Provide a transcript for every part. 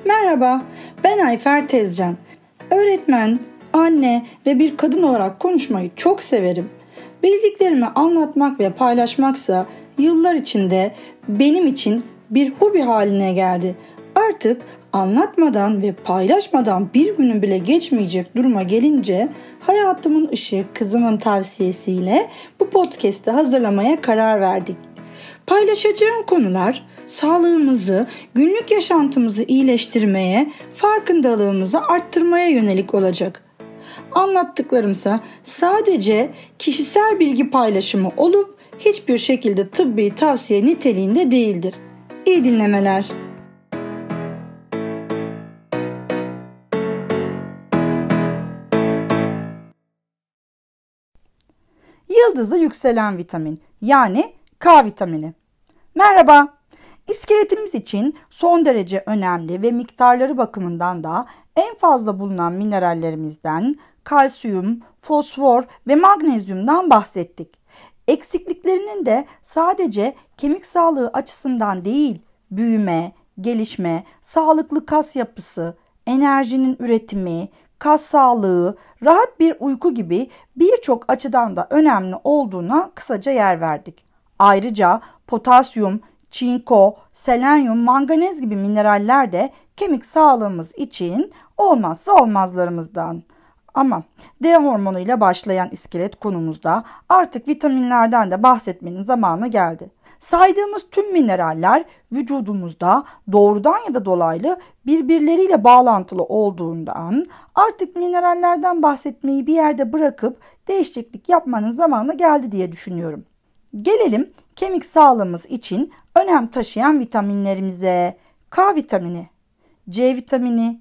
Merhaba, ben Ayfer Tezcan. Öğretmen, anne ve bir kadın olarak konuşmayı çok severim. Bildiklerimi anlatmak ve paylaşmaksa yıllar içinde benim için bir hobi haline geldi. Artık anlatmadan ve paylaşmadan bir günün bile geçmeyecek duruma gelince hayatımın ışığı kızımın tavsiyesiyle bu podcast'ı hazırlamaya karar verdik. Paylaşacağım konular sağlığımızı, günlük yaşantımızı iyileştirmeye, farkındalığımızı arttırmaya yönelik olacak. Anlattıklarımsa sadece kişisel bilgi paylaşımı olup hiçbir şekilde tıbbi tavsiye niteliğinde değildir. İyi dinlemeler. Yıldızı yükselen vitamin, yani K vitamini. Merhaba. İskeletimiz için son derece önemli ve miktarları bakımından da en fazla bulunan minerallerimizden kalsiyum, fosfor ve magnezyumdan bahsettik. Eksikliklerinin de sadece kemik sağlığı açısından değil, büyüme, gelişme, sağlıklı kas yapısı, enerjinin üretimi, kas sağlığı, rahat bir uyku gibi birçok açıdan da önemli olduğuna kısaca yer verdik. Ayrıca potasyum, çinko, selenyum, manganez gibi mineraller de kemik sağlığımız için olmazsa olmazlarımızdan. Ama D hormonuyla başlayan iskelet konumuzda artık vitaminlerden de bahsetmenin zamanı geldi. Saydığımız tüm mineraller vücudumuzda doğrudan ya da dolaylı birbirleriyle bağlantılı olduğundan artık minerallerden bahsetmeyi bir yerde bırakıp değişiklik yapmanın zamanı geldi diye düşünüyorum. Gelelim kemik sağlığımız için önem taşıyan vitaminlerimize. K vitamini, C vitamini,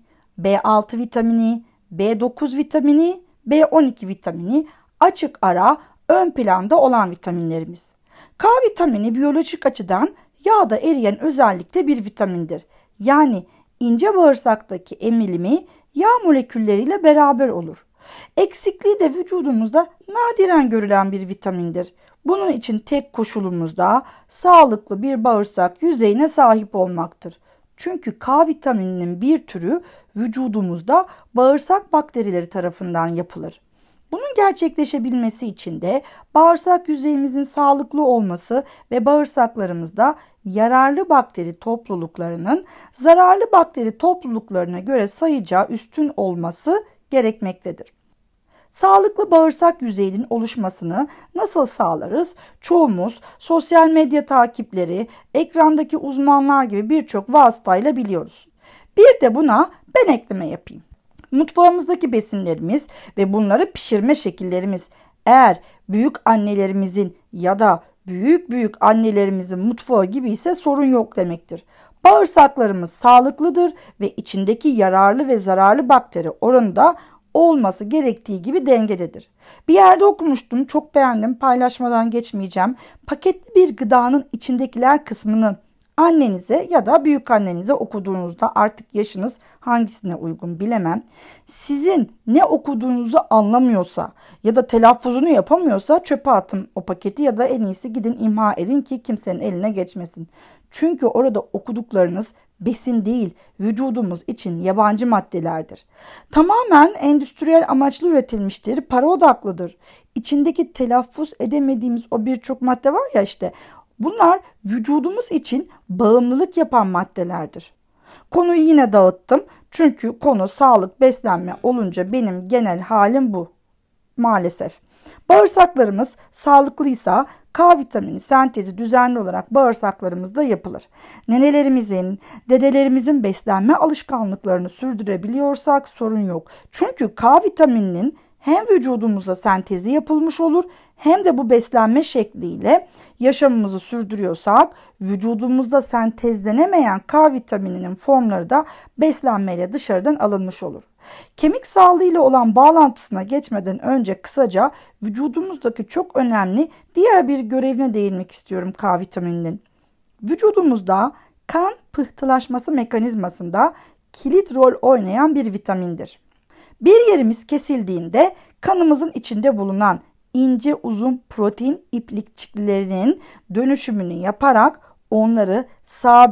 B6 vitamini, B9 vitamini, B12 vitamini açık ara ön planda olan vitaminlerimiz. K vitamini biyolojik açıdan yağda eriyen özellikle bir vitamindir. Yani ince bağırsaktaki emilimi yağ molekülleriyle beraber olur. Eksikliği de vücudumuzda nadiren görülen bir vitamindir. Bunun için tek koşulumuz da sağlıklı bir bağırsak yüzeyine sahip olmaktır. Çünkü K vitamininin bir türü vücudumuzda bağırsak bakterileri tarafından yapılır. Bunun gerçekleşebilmesi için de bağırsak yüzeyimizin sağlıklı olması ve bağırsaklarımızda yararlı bakteri topluluklarının zararlı bakteri topluluklarına göre sayıca üstün olması gerekmektedir. Sağlıklı bağırsak yüzeyinin oluşmasını nasıl sağlarız? Çoğumuz sosyal medya takipleri, ekrandaki uzmanlar gibi birçok vasıtayla biliyoruz. Bir de buna ben ekleme yapayım. Mutfağımızdaki besinlerimiz ve bunları pişirme şekillerimiz eğer büyük annelerimizin ya da büyük annelerimizin mutfağı gibi ise sorun yok demektir. Bağırsaklarımız sağlıklıdır ve içindeki yararlı ve zararlı bakteri oranı da olması gerektiği gibi dengededir. Bir yerde okumuştum, çok beğendim, paylaşmadan geçmeyeceğim. Paketli bir gıdanın içindekiler kısmını annenize ya da büyük annenize okuduğunuzda, artık yaşınız hangisine uygun bilemem, sizin ne okuduğunuzu anlamıyorsa ya da telaffuzunu yapamıyorsa çöpe atın o paketi ya da en iyisi gidin imha edin ki kimsenin eline geçmesin. Çünkü orada okuduklarınız besin değil, vücudumuz için yabancı maddelerdir. Tamamen endüstriyel amaçlı üretilmiştir, para odaklıdır. İçindeki telaffuz edemediğimiz o birçok madde var ya işte, bunlar vücudumuz için bağımlılık yapan maddelerdir. Konuyu yine dağıttım çünkü konu sağlık, beslenme olunca benim genel halim bu. Maalesef. Bağırsaklarımız sağlıklıysa K vitamini sentezi düzenli olarak bağırsaklarımızda yapılır. Nenelerimizin, dedelerimizin beslenme alışkanlıklarını sürdürebiliyorsak sorun yok. Çünkü K vitamininin hem vücudumuzda sentezi yapılmış olur hem de bu beslenme şekliyle yaşamımızı sürdürüyorsak vücudumuzda sentezlenemeyen K vitamininin formları da beslenmeyle dışarıdan alınmış olur. Kemik sağlığıyla olan bağlantısına geçmeden önce kısaca vücudumuzdaki çok önemli diğer bir görevine değinmek istiyorum K vitamininin. Vücudumuzda kan pıhtılaşması mekanizmasında kilit rol oynayan bir vitamindir. Bir yerimiz kesildiğinde kanımızın içinde bulunan ince uzun protein iplikçiklerinin dönüşümünü yaparak onları sabit,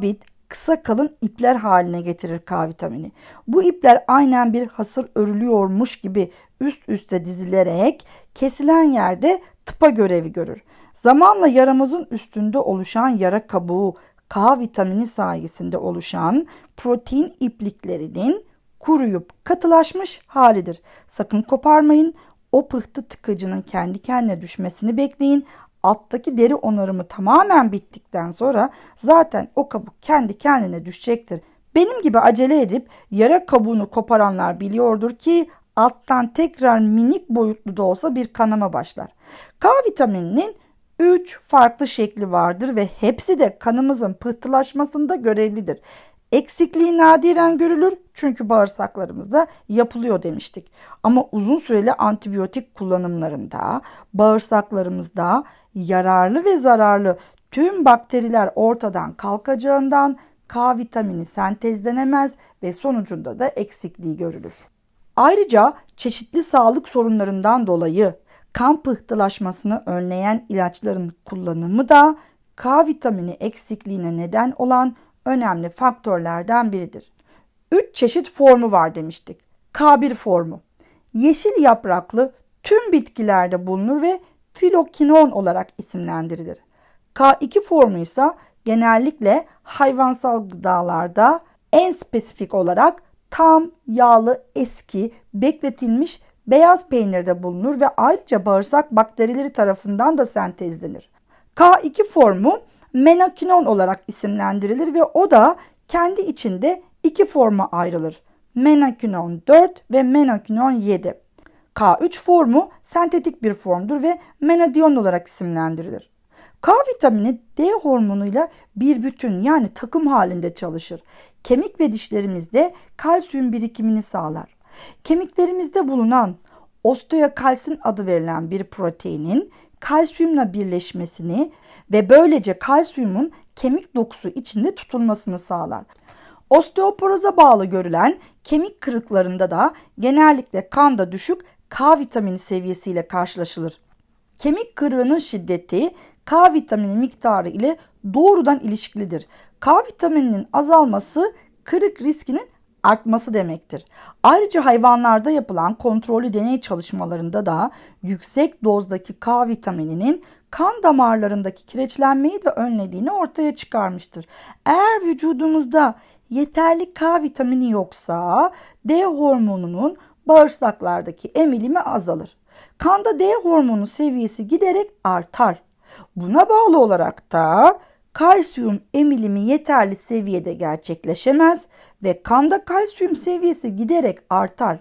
kısa kalın ipler haline getirir K vitamini. Bu ipler aynen bir hasır örülüyormuş gibi üst üste dizilerek kesilen yerde tıpa görevi görür. Zamanla yaramızın üstünde oluşan yara kabuğu K vitamini sayesinde oluşan protein ipliklerinin kuruyup katılaşmış halidir. Sakın koparmayın. O pıhtı tıkacının kendi kendine düşmesini bekleyin. Alttaki deri onarımı tamamen bittikten sonra zaten o kabuk kendi kendine düşecektir. Benim gibi acele edip yara kabuğunu koparanlar biliyordur ki alttan tekrar minik boyutlu da olsa bir kanama başlar. K vitamininin 3 farklı şekli vardır ve hepsi de kanımızın pıhtılaşmasında görevlidir. Eksikliği nadiren görülür çünkü bağırsaklarımızda yapılıyor demiştik. Ama uzun süreli antibiyotik kullanımlarında bağırsaklarımızda yararlı ve zararlı tüm bakteriler ortadan kalkacağından K vitamini sentezlenemez ve sonucunda da eksikliği görülür. Ayrıca çeşitli sağlık sorunlarından dolayı kan pıhtılaşmasını önleyen ilaçların kullanımı da K vitamini eksikliğine neden olan önemli faktörlerden biridir. 3 çeşit formu var demiştik. K1 formu. Yeşil yapraklı tüm bitkilerde bulunur ve filokinon olarak isimlendirilir. K2 formu ise genellikle hayvansal gıdalarda en spesifik olarak tam, yağlı, eski, bekletilmiş beyaz peynirde bulunur ve ayrıca bağırsak bakterileri tarafından da sentezlenir. K2 formu menakinon olarak isimlendirilir ve o da kendi içinde iki forma ayrılır. Menakinon 4 ve menakinon 7. K3 formu sentetik bir formdur ve menadion olarak isimlendirilir. K vitamini D hormonuyla bir bütün yani takım halinde çalışır. Kemik ve dişlerimizde kalsiyum birikimini sağlar. Kemiklerimizde bulunan osteokalsin adı verilen bir proteinin kalsiyumla birleşmesini ve böylece kalsiyumun kemik dokusu içinde tutulmasını sağlar. Osteoporoza bağlı görülen kemik kırıklarında da genellikle kanda düşük K vitamini seviyesiyle karşılaşılır. Kemik kırığının şiddeti K vitamini miktarı ile doğrudan ilişkilidir. K vitamininin azalması kırık riskinin artması demektir. Ayrıca hayvanlarda yapılan kontrollü deney çalışmalarında da yüksek dozdaki K vitamininin kan damarlarındaki kireçlenmeyi de önlediğini ortaya çıkarmıştır. Eğer vücudumuzda yeterli K vitamini yoksa D hormonunun bağırsaklardaki emilimi azalır. Kanda D hormonu seviyesi giderek artar. Buna bağlı olarak da kalsiyum emilimi yeterli seviyede gerçekleşemez ve kanda kalsiyum seviyesi giderek artar.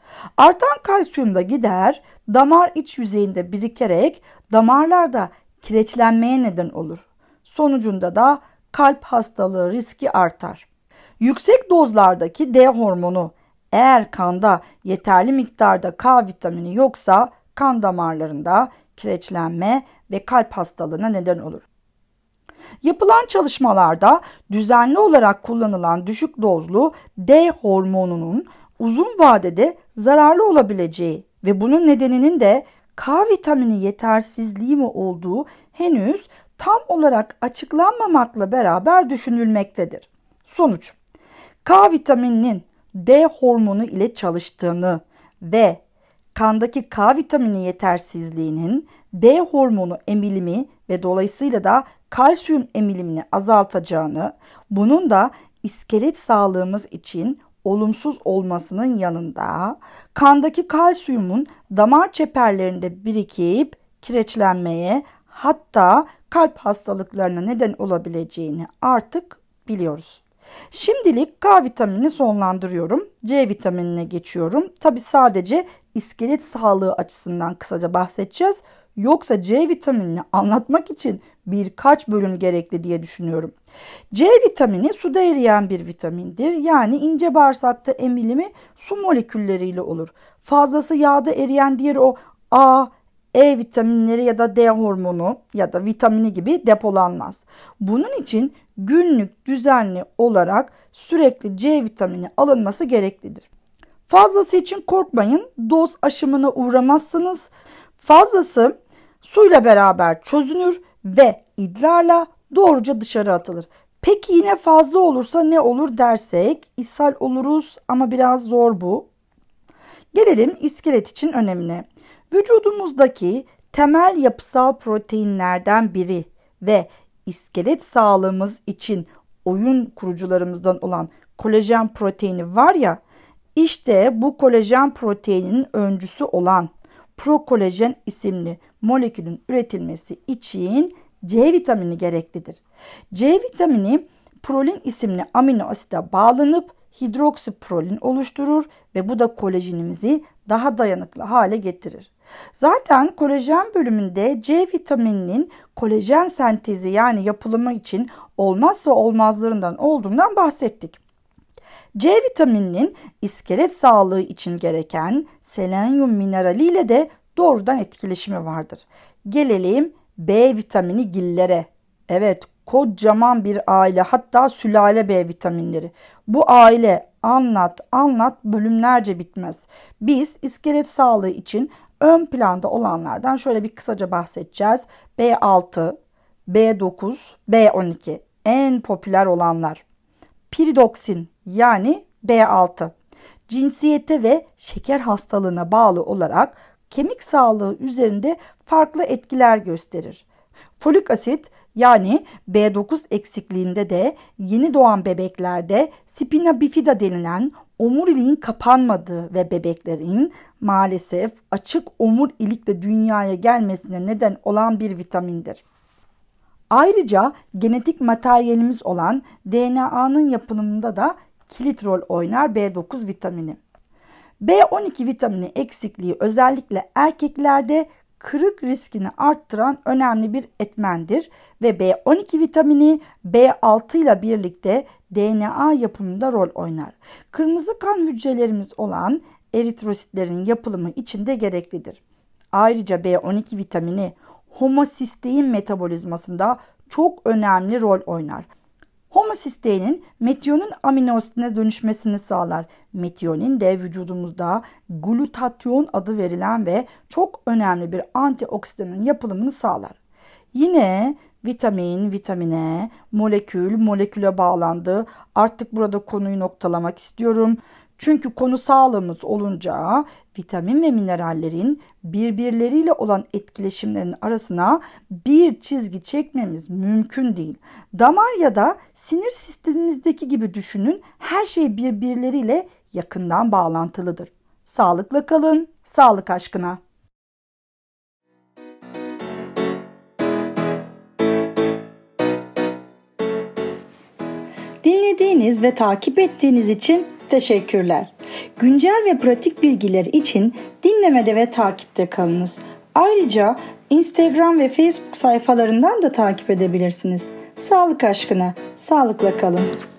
Artan kalsiyum da gider damar iç yüzeyinde birikerek damarlarda kireçlenmeye neden olur. Sonucunda da kalp hastalığı riski artar. Yüksek dozlardaki D hormonu eğer kanda yeterli miktarda K vitamini yoksa kan damarlarında kireçlenme ve kalp hastalığına neden olur. Yapılan çalışmalarda düzenli olarak kullanılan düşük dozlu D hormonunun uzun vadede zararlı olabileceği ve bunun nedeninin de K vitamini yetersizliği mi olduğu henüz tam olarak açıklanmamakla beraber düşünülmektedir. Sonuç: K vitamininin D hormonu ile çalıştığını ve kandaki K vitamini yetersizliğinin D hormonu emilimi ve dolayısıyla da kalsiyum emilimini azaltacağını, bunun da iskelet sağlığımız için olumsuz olmasının yanında kandaki kalsiyumun damar çeperlerinde birikip kireçlenmeye, hatta kalp hastalıklarına neden olabileceğini artık biliyoruz. Şimdilik K vitaminini sonlandırıyorum. C vitaminine geçiyorum. Tabi sadece iskelet sağlığı açısından kısaca bahsedeceğiz. Yoksa C vitaminini anlatmak için birkaç bölüm gerekli diye düşünüyorum. C vitamini suda eriyen bir vitamindir. Yani ince bağırsakta emilimi su molekülleriyle olur. Fazlası yağda eriyen diğer o A, E vitaminleri ya da D hormonu ya da vitamini gibi depolanmaz. Bunun için günlük düzenli olarak sürekli C vitamini alınması gereklidir. Fazlası için korkmayın, doz aşımına uğramazsınız. Fazlası suyla beraber çözünür ve idrarla doğruca dışarı atılır. Peki yine fazla olursa ne olur dersek ishal oluruz ama biraz zor bu. Gelelim iskelet için önemine. Vücudumuzdaki temel yapısal proteinlerden biri ve iskelet sağlığımız için oyun kurucularımızdan olan kolajen proteini var ya, işte bu kolajen proteininin öncüsü olan prokolajen isimli molekülün üretilmesi için C vitamini gereklidir. C vitamini prolin isimli amino asite bağlanıp hidroksiprolin oluşturur ve bu da kolajenimizi daha dayanıklı hale getirir. Zaten kolajen bölümünde C vitamininin kolajen sentezi yani yapılımı için olmazsa olmazlarından olduğundan bahsettik. C vitamininin iskelet sağlığı için gereken selenyum mineraliyle de doğrudan etkileşimi vardır. Gelelim B vitamini gillere. Evet, kocaman bir aile, hatta sülale B vitaminleri. Bu aile anlat bölümlerce bitmez. Biz iskelet sağlığı için ön planda olanlardan şöyle bir kısaca bahsedeceğiz. B6, B9, B12 en popüler olanlar. Piridoksin yani B6 cinsiyete ve şeker hastalığına bağlı olarak kemik sağlığı üzerinde farklı etkiler gösterir. Folik asit yani B9 eksikliğinde de yeni doğan bebeklerde spina bifida denilen omuriliğin kapanmadığı ve bebeklerin maalesef açık omurilikle dünyaya gelmesine neden olan bir vitamindir. Ayrıca genetik materyalimiz olan DNA'nın yapılımında da kilit rol oynar B9 vitamini. B12 vitamini eksikliği özellikle erkeklerde kırık riskini arttıran önemli bir etmendir ve B12 vitamini B6 ile birlikte DNA yapımında rol oynar. Kırmızı kan hücrelerimiz olan eritrositlerin yapılımı için de gereklidir. Ayrıca B12 vitamini homosistein metabolizmasında çok önemli rol oynar. Homosisteinin metionin amino asitine dönüşmesini sağlar. Metionin de vücudumuzda glutatyon adı verilen ve çok önemli bir antioksidanın yapılımını sağlar. Yine vitamine, moleküle bağlandı. Artık burada konuyu noktalamak istiyorum. Çünkü konu sağlığımız olunca vitamin ve minerallerin birbirleriyle olan etkileşimlerinin arasına bir çizgi çekmemiz mümkün değil. Damar ya da sinir sistemimizdeki gibi düşünün, her şey birbirleriyle yakından bağlantılıdır. Sağlıkla kalın, sağlık aşkına. Dinlediğiniz ve takip ettiğiniz için teşekkürler. Güncel ve pratik bilgiler için dinlemede ve takipte kalınız. Ayrıca Instagram ve Facebook sayfalarından da takip edebilirsiniz. Sağlık aşkına, sağlıkla kalın.